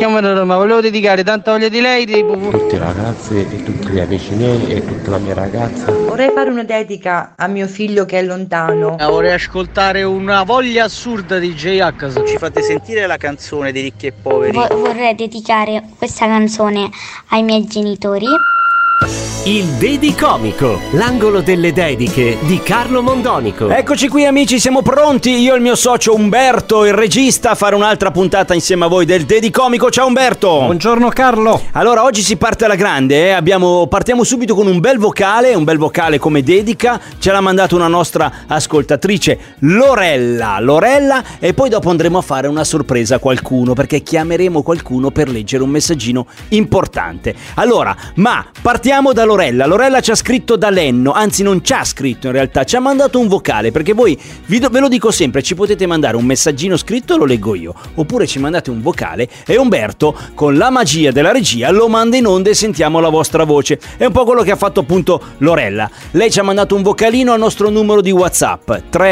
chiamo da Roma, volevo dedicare tanta voglia di lei tutte le ragazze e tutti gli amici miei e tutta la mia ragazza. Vorrei fare una dedica a mio figlio che è lontano. Vorrei ascoltare una voglia assurda di J-H. Ci fate sentire la canzone dei ricchi e poveri? Vorrei dedicare questa canzone ai miei genitori. Il Dedicomico, l'angolo delle dediche di Carlo Mondonico. Eccoci qui amici, siamo pronti, io e il mio socio Umberto, il regista, a fare un'altra puntata insieme a voi del Dedicomico. Ciao Umberto. Buongiorno Carlo. Allora, oggi si parte alla grande, partiamo subito con un bel vocale come dedica. Ce l'ha mandato una nostra ascoltatrice, Lorella, e poi dopo andremo a fare una sorpresa a qualcuno, perché chiameremo qualcuno per leggere un messaggino importante. Allora, ma partiamo da Lorella. Lorella ci ha scritto da Lenno, anzi non ci ha scritto in realtà, ci ha mandato un vocale, perché voi, ve lo dico sempre, ci potete mandare un messaggino scritto e lo leggo io, oppure ci mandate un vocale e Umberto, con la magia della regia, lo manda in onda e sentiamo la vostra voce. È un po' quello che ha fatto appunto Lorella. Lei ci ha mandato un vocalino al nostro numero di WhatsApp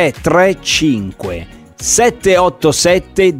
335 787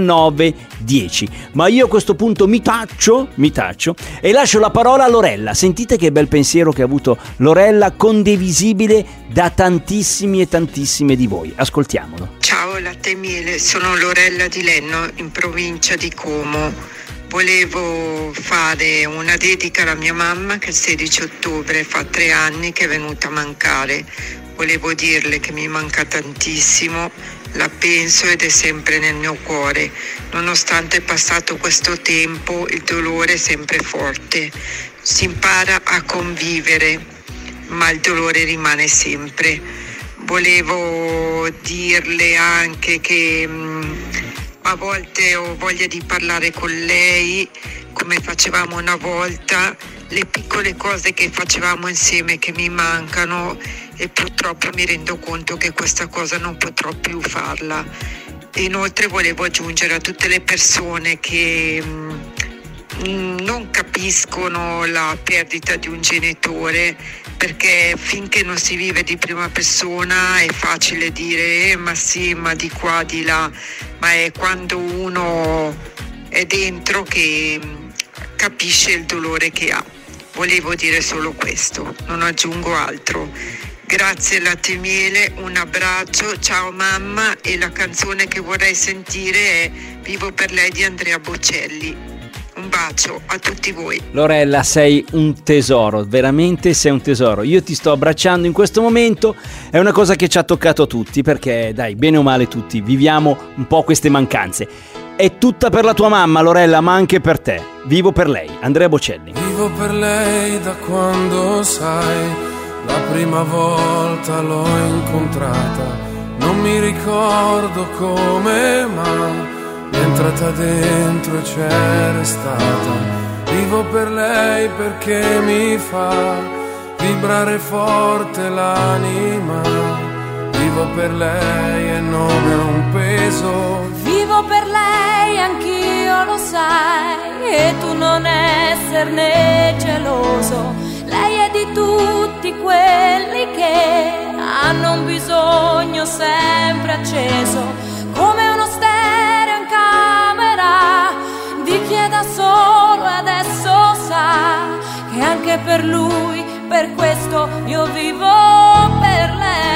1910. Ma io a questo punto mi taccio e lascio la parola a Lorella. Sentite che bel pensiero che ha avuto Lorella, condivisibile da tantissimi e tantissime di voi. Ascoltiamolo. Ciao Latte e Miele, sono Lorella di Lenno, in provincia di Como. Volevo fare una dedica alla mia mamma che il 16 ottobre fa 3 anni che è venuta a mancare. Volevo dirle che mi manca tantissimo, la penso ed è sempre nel mio cuore. Nonostante è passato questo tempo, il dolore è sempre forte. Si impara a convivere, ma il dolore rimane sempre. Volevo dirle anche che a volte ho voglia di parlare con lei, come facevamo una volta, le piccole cose che facevamo insieme che mi mancano, e purtroppo mi rendo conto che questa cosa non potrò più farla. E inoltre volevo aggiungere a tutte le persone che non capiscono la perdita di un genitore, perché finché non si vive di prima persona è facile dire ma sì, ma di qua, di là, ma è quando uno è dentro che capisce il dolore che ha. Volevo dire solo questo, non aggiungo altro. Grazie Latte e Miele, un abbraccio, ciao mamma, e la canzone che vorrei sentire è Vivo per lei di Andrea Bocelli. Un bacio a tutti voi. Lorella, sei un tesoro, veramente sei un tesoro. Io ti sto abbracciando in questo momento, è una cosa che ci ha toccato tutti, perché dai, bene o male tutti viviamo un po' queste mancanze. È tutta per la tua mamma, Lorella, ma anche per te. Vivo per lei, Andrea Bocelli. Vivo per lei da quando, sai, la prima volta l'ho incontrata. Non mi ricordo come, ma mi è entrata dentro e c'è restata. Vivo per lei perché mi fa vibrare forte l'anima. Vivo per lei e non è un peso. Vivo per lei, anch'io lo sai, e tu non esserne geloso. Lei è di tutti quelli che hanno un bisogno sempre acceso, come uno stereo in camera di chi è da solo e adesso sa che anche per lui, per questo io vivo per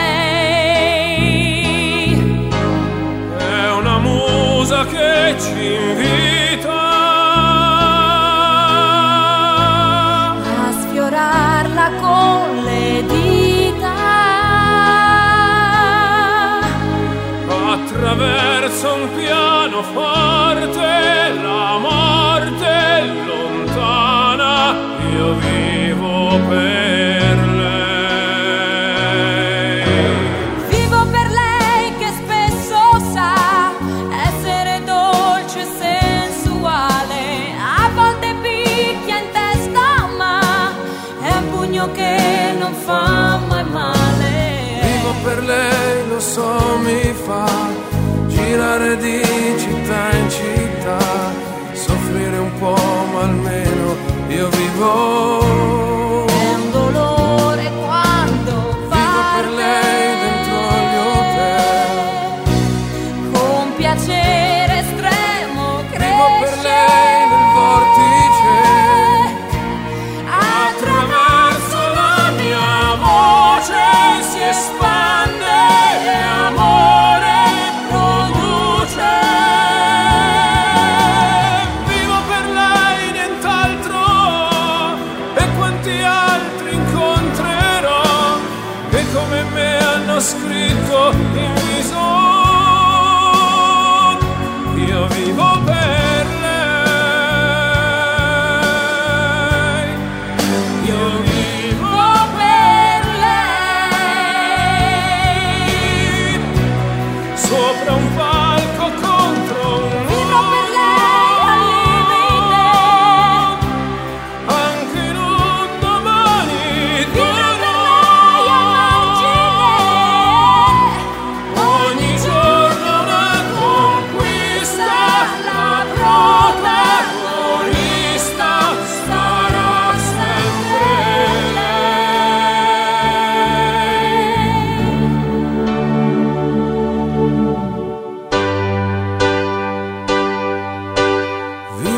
lei. È una musa che ci invita a sfiorarla con le dita, attraverso un pianoforte la morte è lontana. Io vivo per lei. Vivo per lei che spesso sa essere dolce e sensuale, a volte picchia in testa ma è un pugno che non fa mai male. Vivo per lei, lo so, mi fa girare di città in città, soffrire un po' ma almeno io vivo. È un dolore quando vivo per lei dentro gli hotel, con piacere estremo cresce. Vivo per lei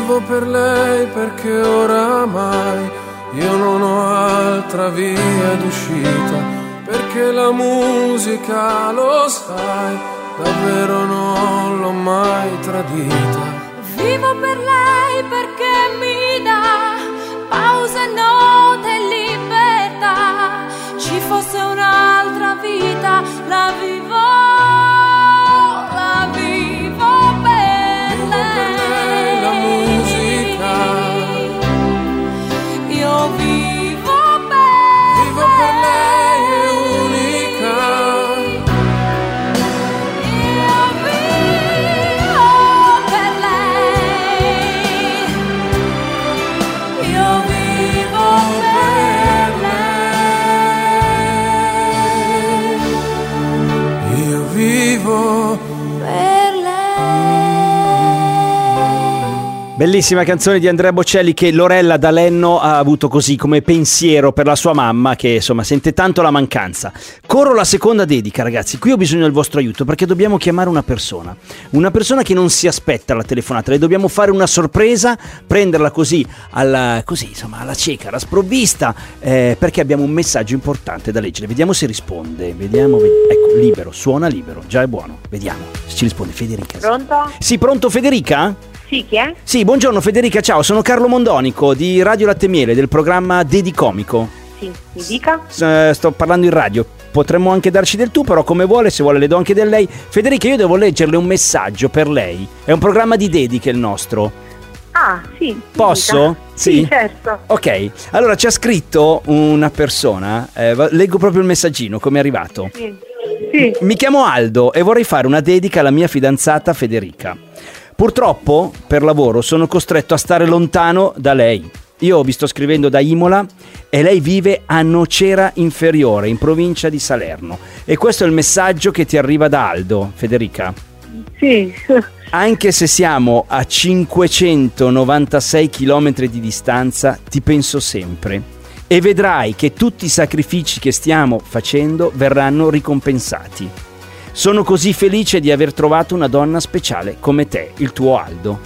Vivo per lei perché oramai io non ho altra via d'uscita, perché la musica, lo sai, davvero non l'ho mai tradita. Vivo per lei perché mi dà pausa, note e libertà. Ci fosse un'altra vita, la vivo per lei. La musica, io vivo per lei, è unica. Io vivo per lei. Io vivo per lei. Io vivo per lei. Bellissima canzone di Andrea Bocelli che Lorella da Lenno ha avuto così come pensiero per la sua mamma, che insomma sente tanto la mancanza. Corro la seconda dedica, ragazzi. Qui ho bisogno del vostro aiuto perché dobbiamo chiamare una persona che non si aspetta la telefonata. Le dobbiamo fare una sorpresa, prenderla così alla cieca, alla sprovvista, perché abbiamo un messaggio importante da leggere. Vediamo se risponde. Ecco, libero, suona libero, già è buono. Vediamo se ci risponde Federica. Pronto? Sì, pronto Federica? Sì, chi è? Sì, buongiorno Federica, ciao, sono Carlo Mondonico di Radio Latte e Miele del programma Dedicomico. Sì, mi dica. Sto parlando in radio, potremmo anche darci del tu, però come vuole, se vuole le do anche del lei. Federica, io devo leggerle un messaggio per lei, è un programma di dediche il nostro. Ah, sì. Posso? Sì, certo. Ok, allora ci ha scritto una persona, leggo proprio il messaggino, come è arrivato. Sì. Mi chiamo Aldo e vorrei fare una dedica alla mia fidanzata Federica. Purtroppo, per lavoro, sono costretto a stare lontano da lei. Io vi sto scrivendo da Imola e lei vive a Nocera Inferiore, in provincia di Salerno. E questo è il messaggio che ti arriva da Aldo, Federica. Sì. Anche se siamo a 596 km di distanza, ti penso sempre. E vedrai che tutti i sacrifici che stiamo facendo verranno ricompensati. Sono così felice di aver trovato una donna speciale come te, il tuo Aldo.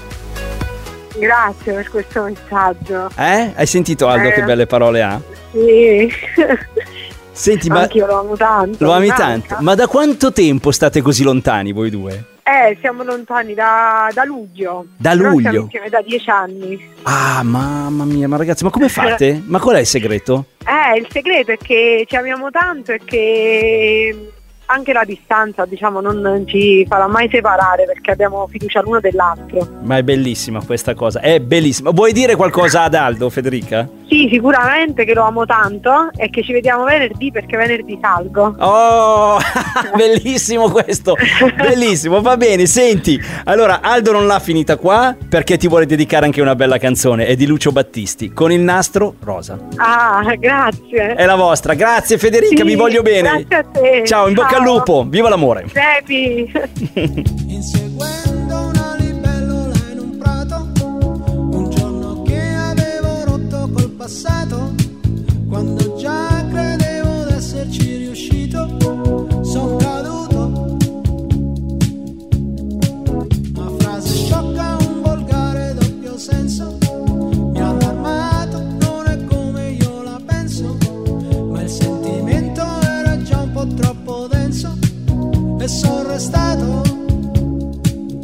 Grazie per questo messaggio. Hai sentito Aldo che belle parole ha? Sì. Senti, anch'io lo amo tanto. Lo ami tanto? Ma da quanto tempo state così lontani voi due? Siamo lontani da luglio. Da Però luglio? siamo insieme da 10 anni. Ah, mamma mia, ma ragazzi, ma come fate? Ma qual è il segreto? Il segreto è che ci amiamo tanto e che anche la distanza, diciamo, non ci farà mai separare perché abbiamo fiducia l'uno dell'altro. Ma è bellissima questa cosa, è bellissima. Vuoi dire qualcosa ad Aldo, Federica? Sì, sicuramente che lo amo tanto e che ci vediamo venerdì perché venerdì salgo. Oh, bellissimo questo, bellissimo, va bene, senti. Allora, Aldo non l'ha finita qua perché ti vuole dedicare anche una bella canzone, è di Lucio Battisti, con il nastro rosa. Ah, grazie. È la vostra, grazie Federica, Sì, vi voglio bene. Grazie a te. Ciao, in bocca al lupo, viva l'amore. Sepi. Inseguendo una libellula in un prato, un giorno che avevo rotto col passato, quando già credevo d'esserci riuscito, son caduto. Una frase sciocca, un volgare doppio senso, mi ha allarmato, non è come io la penso, ma il sentimento era già un po' troppo denso e son restato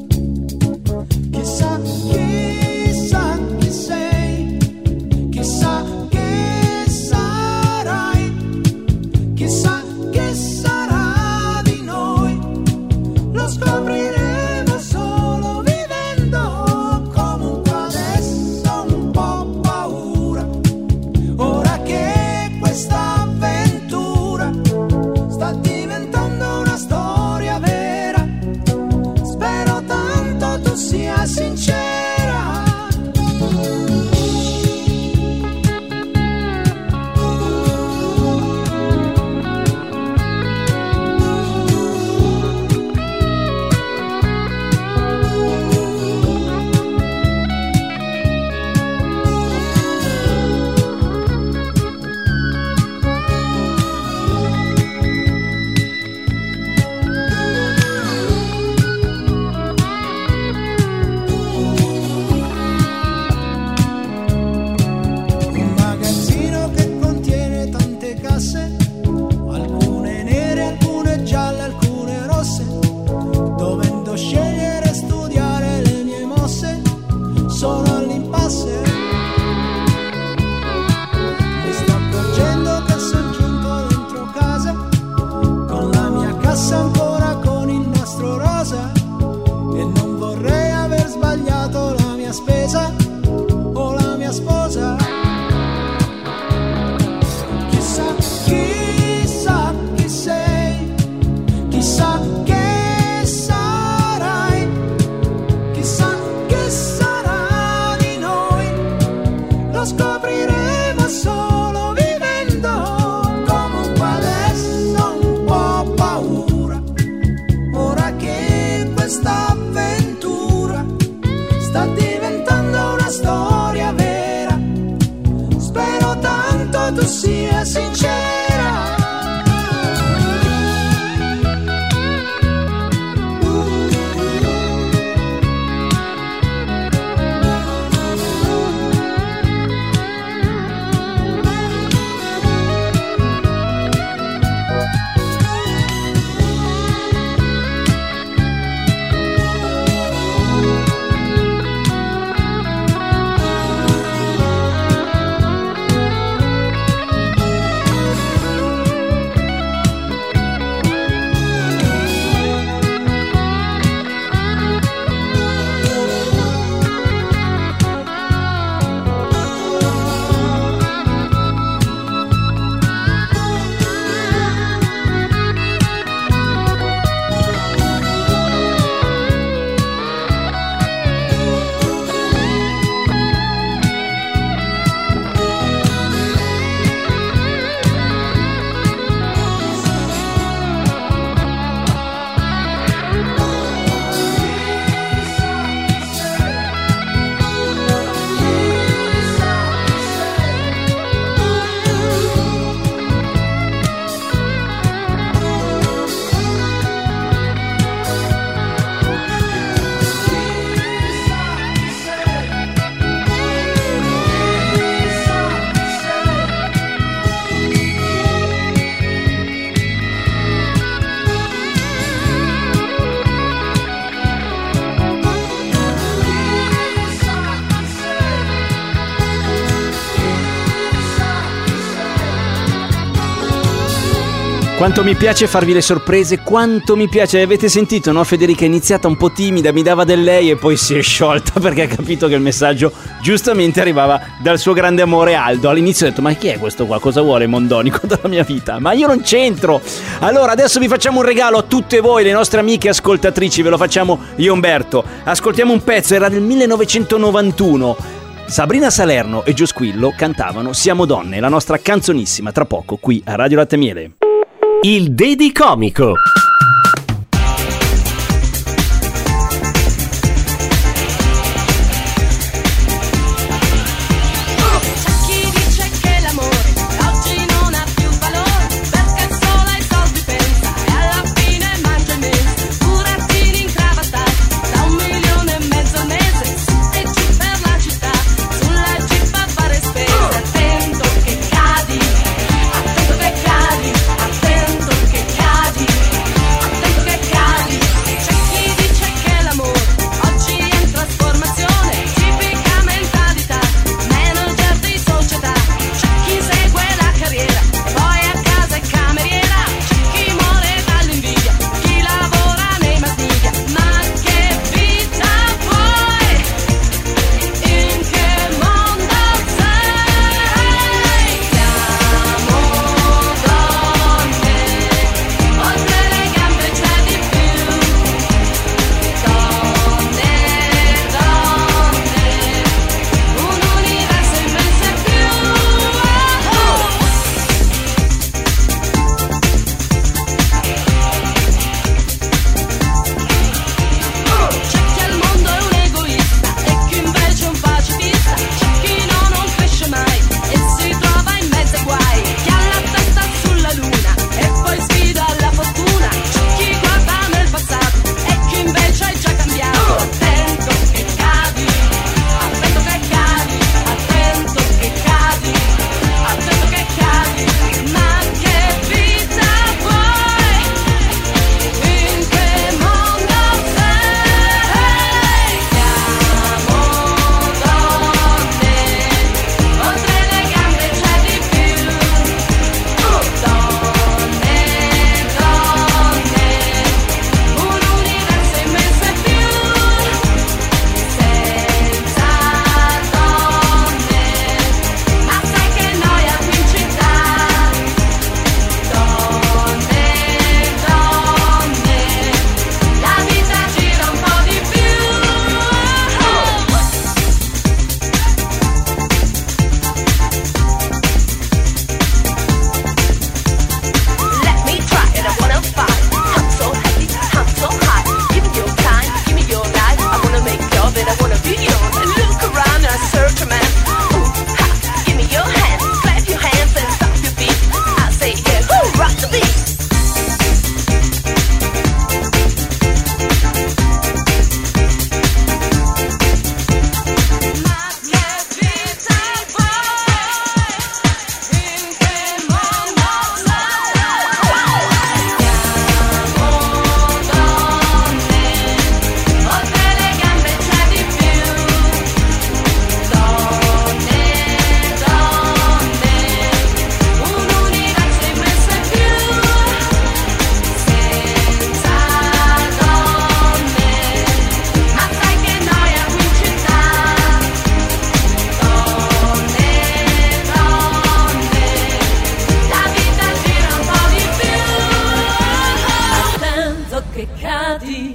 sono all'impasse. Mi sto accorgendo che sono giunto dentro casa, con la mia cassa ancora con il nastro rosa, e non vorrei aver sbagliato la mia spesa o la mia sposa. Chissà chi sei, chissà che sarai, chissà che sarà di noi, lo scopriremo solo vivendo. Comunque adesso un po' paura, ora che questa avventura sta diventando una storia vera. Spero tanto tu sia sincera. Quanto mi piace farvi le sorprese, quanto mi piace. Avete sentito, no? Federica è iniziata un po' timida, mi dava del lei e poi si è sciolta perché ha capito che il messaggio giustamente arrivava dal suo grande amore Aldo. All'inizio ho detto: ma chi è questo qua? Cosa vuole Mondonico dalla mia vita? Ma io non c'entro. Allora adesso vi facciamo un regalo a tutte voi, le nostre amiche ascoltatrici, ve lo facciamo io e Umberto. Ascoltiamo un pezzo, era del 1991. Sabrina Salerno e Gio Squillo cantavano Siamo donne, la nostra canzonissima, tra poco qui a Radio Latte Miele. Il Dedicomico. Attento che cadi,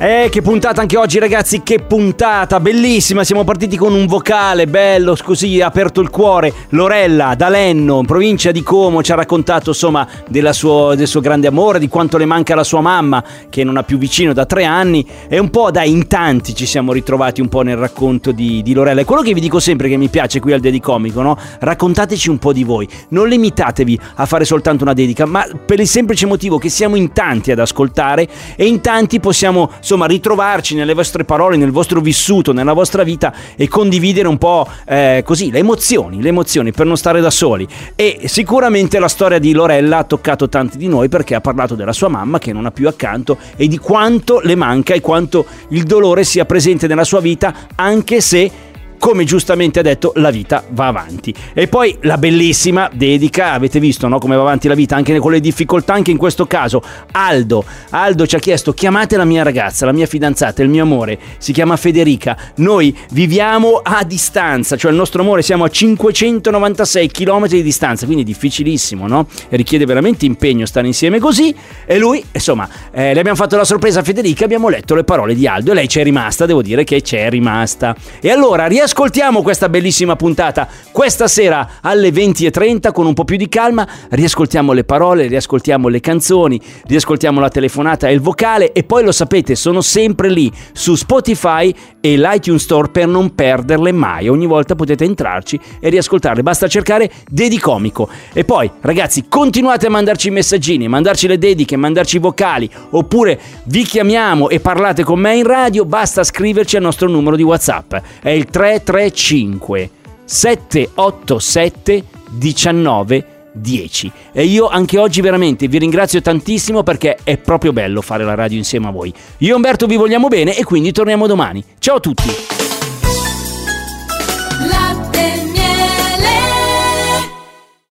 Che puntata anche oggi, ragazzi, che puntata bellissima. Siamo partiti con un vocale bello, così aperto il cuore. Lorella da Lenno, in provincia di Como, ci ha raccontato insomma del suo grande amore, di quanto le manca la sua mamma, che non ha più vicino da 3 anni. E un po', dai, in tanti ci siamo ritrovati un po' nel racconto di Lorella. È quello che vi dico sempre, che mi piace qui al Dedicomico, no? Raccontateci un po' di voi, non limitatevi a fare soltanto una dedica, ma per il semplice motivo che siamo in tanti ad ascoltare e in tanti possiamo insomma ritrovarci nelle vostre parole, nel vostro vissuto, nella vostra vita e condividere un po' così le emozioni per non stare da soli. E sicuramente la storia di Lorella ha toccato tanti di noi, perché ha parlato della sua mamma che non ha più accanto e di quanto le manca e quanto il dolore sia presente nella sua vita, anche se, come giustamente ha detto, la vita va avanti. E poi la bellissima dedica, avete visto, no? Come va avanti la vita anche con le difficoltà. Anche in questo caso Aldo ci ha chiesto: chiamate la mia ragazza, la mia fidanzata, il mio amore, si chiama Federica, noi viviamo a distanza, cioè il nostro amore, siamo a 596 km di distanza, quindi è difficilissimo, no? E richiede veramente impegno stare insieme così. E lui, insomma, le abbiamo fatto la sorpresa a Federica, abbiamo letto le parole di Aldo e lei c'è rimasta, devo dire che c'è rimasta. E allora riascoltiamo questa bellissima puntata questa sera alle 20:30 con un po' più di calma. Riascoltiamo le parole, riascoltiamo le canzoni, riascoltiamo la telefonata e il vocale. E poi, lo sapete, sono sempre lì su Spotify e l'iTunes Store per non perderle mai. Ogni volta potete entrarci e riascoltarle, basta cercare Dedicomico. E poi, ragazzi, continuate a mandarci i messaggini, mandarci le dediche, mandarci i vocali, oppure vi chiamiamo e parlate con me in radio. Basta scriverci al nostro numero di WhatsApp, è il 335 787 19 10. E io anche oggi veramente vi ringrazio tantissimo, perché è proprio bello fare la radio insieme a voi. Io e Umberto vi vogliamo bene e quindi torniamo domani. Ciao a tutti.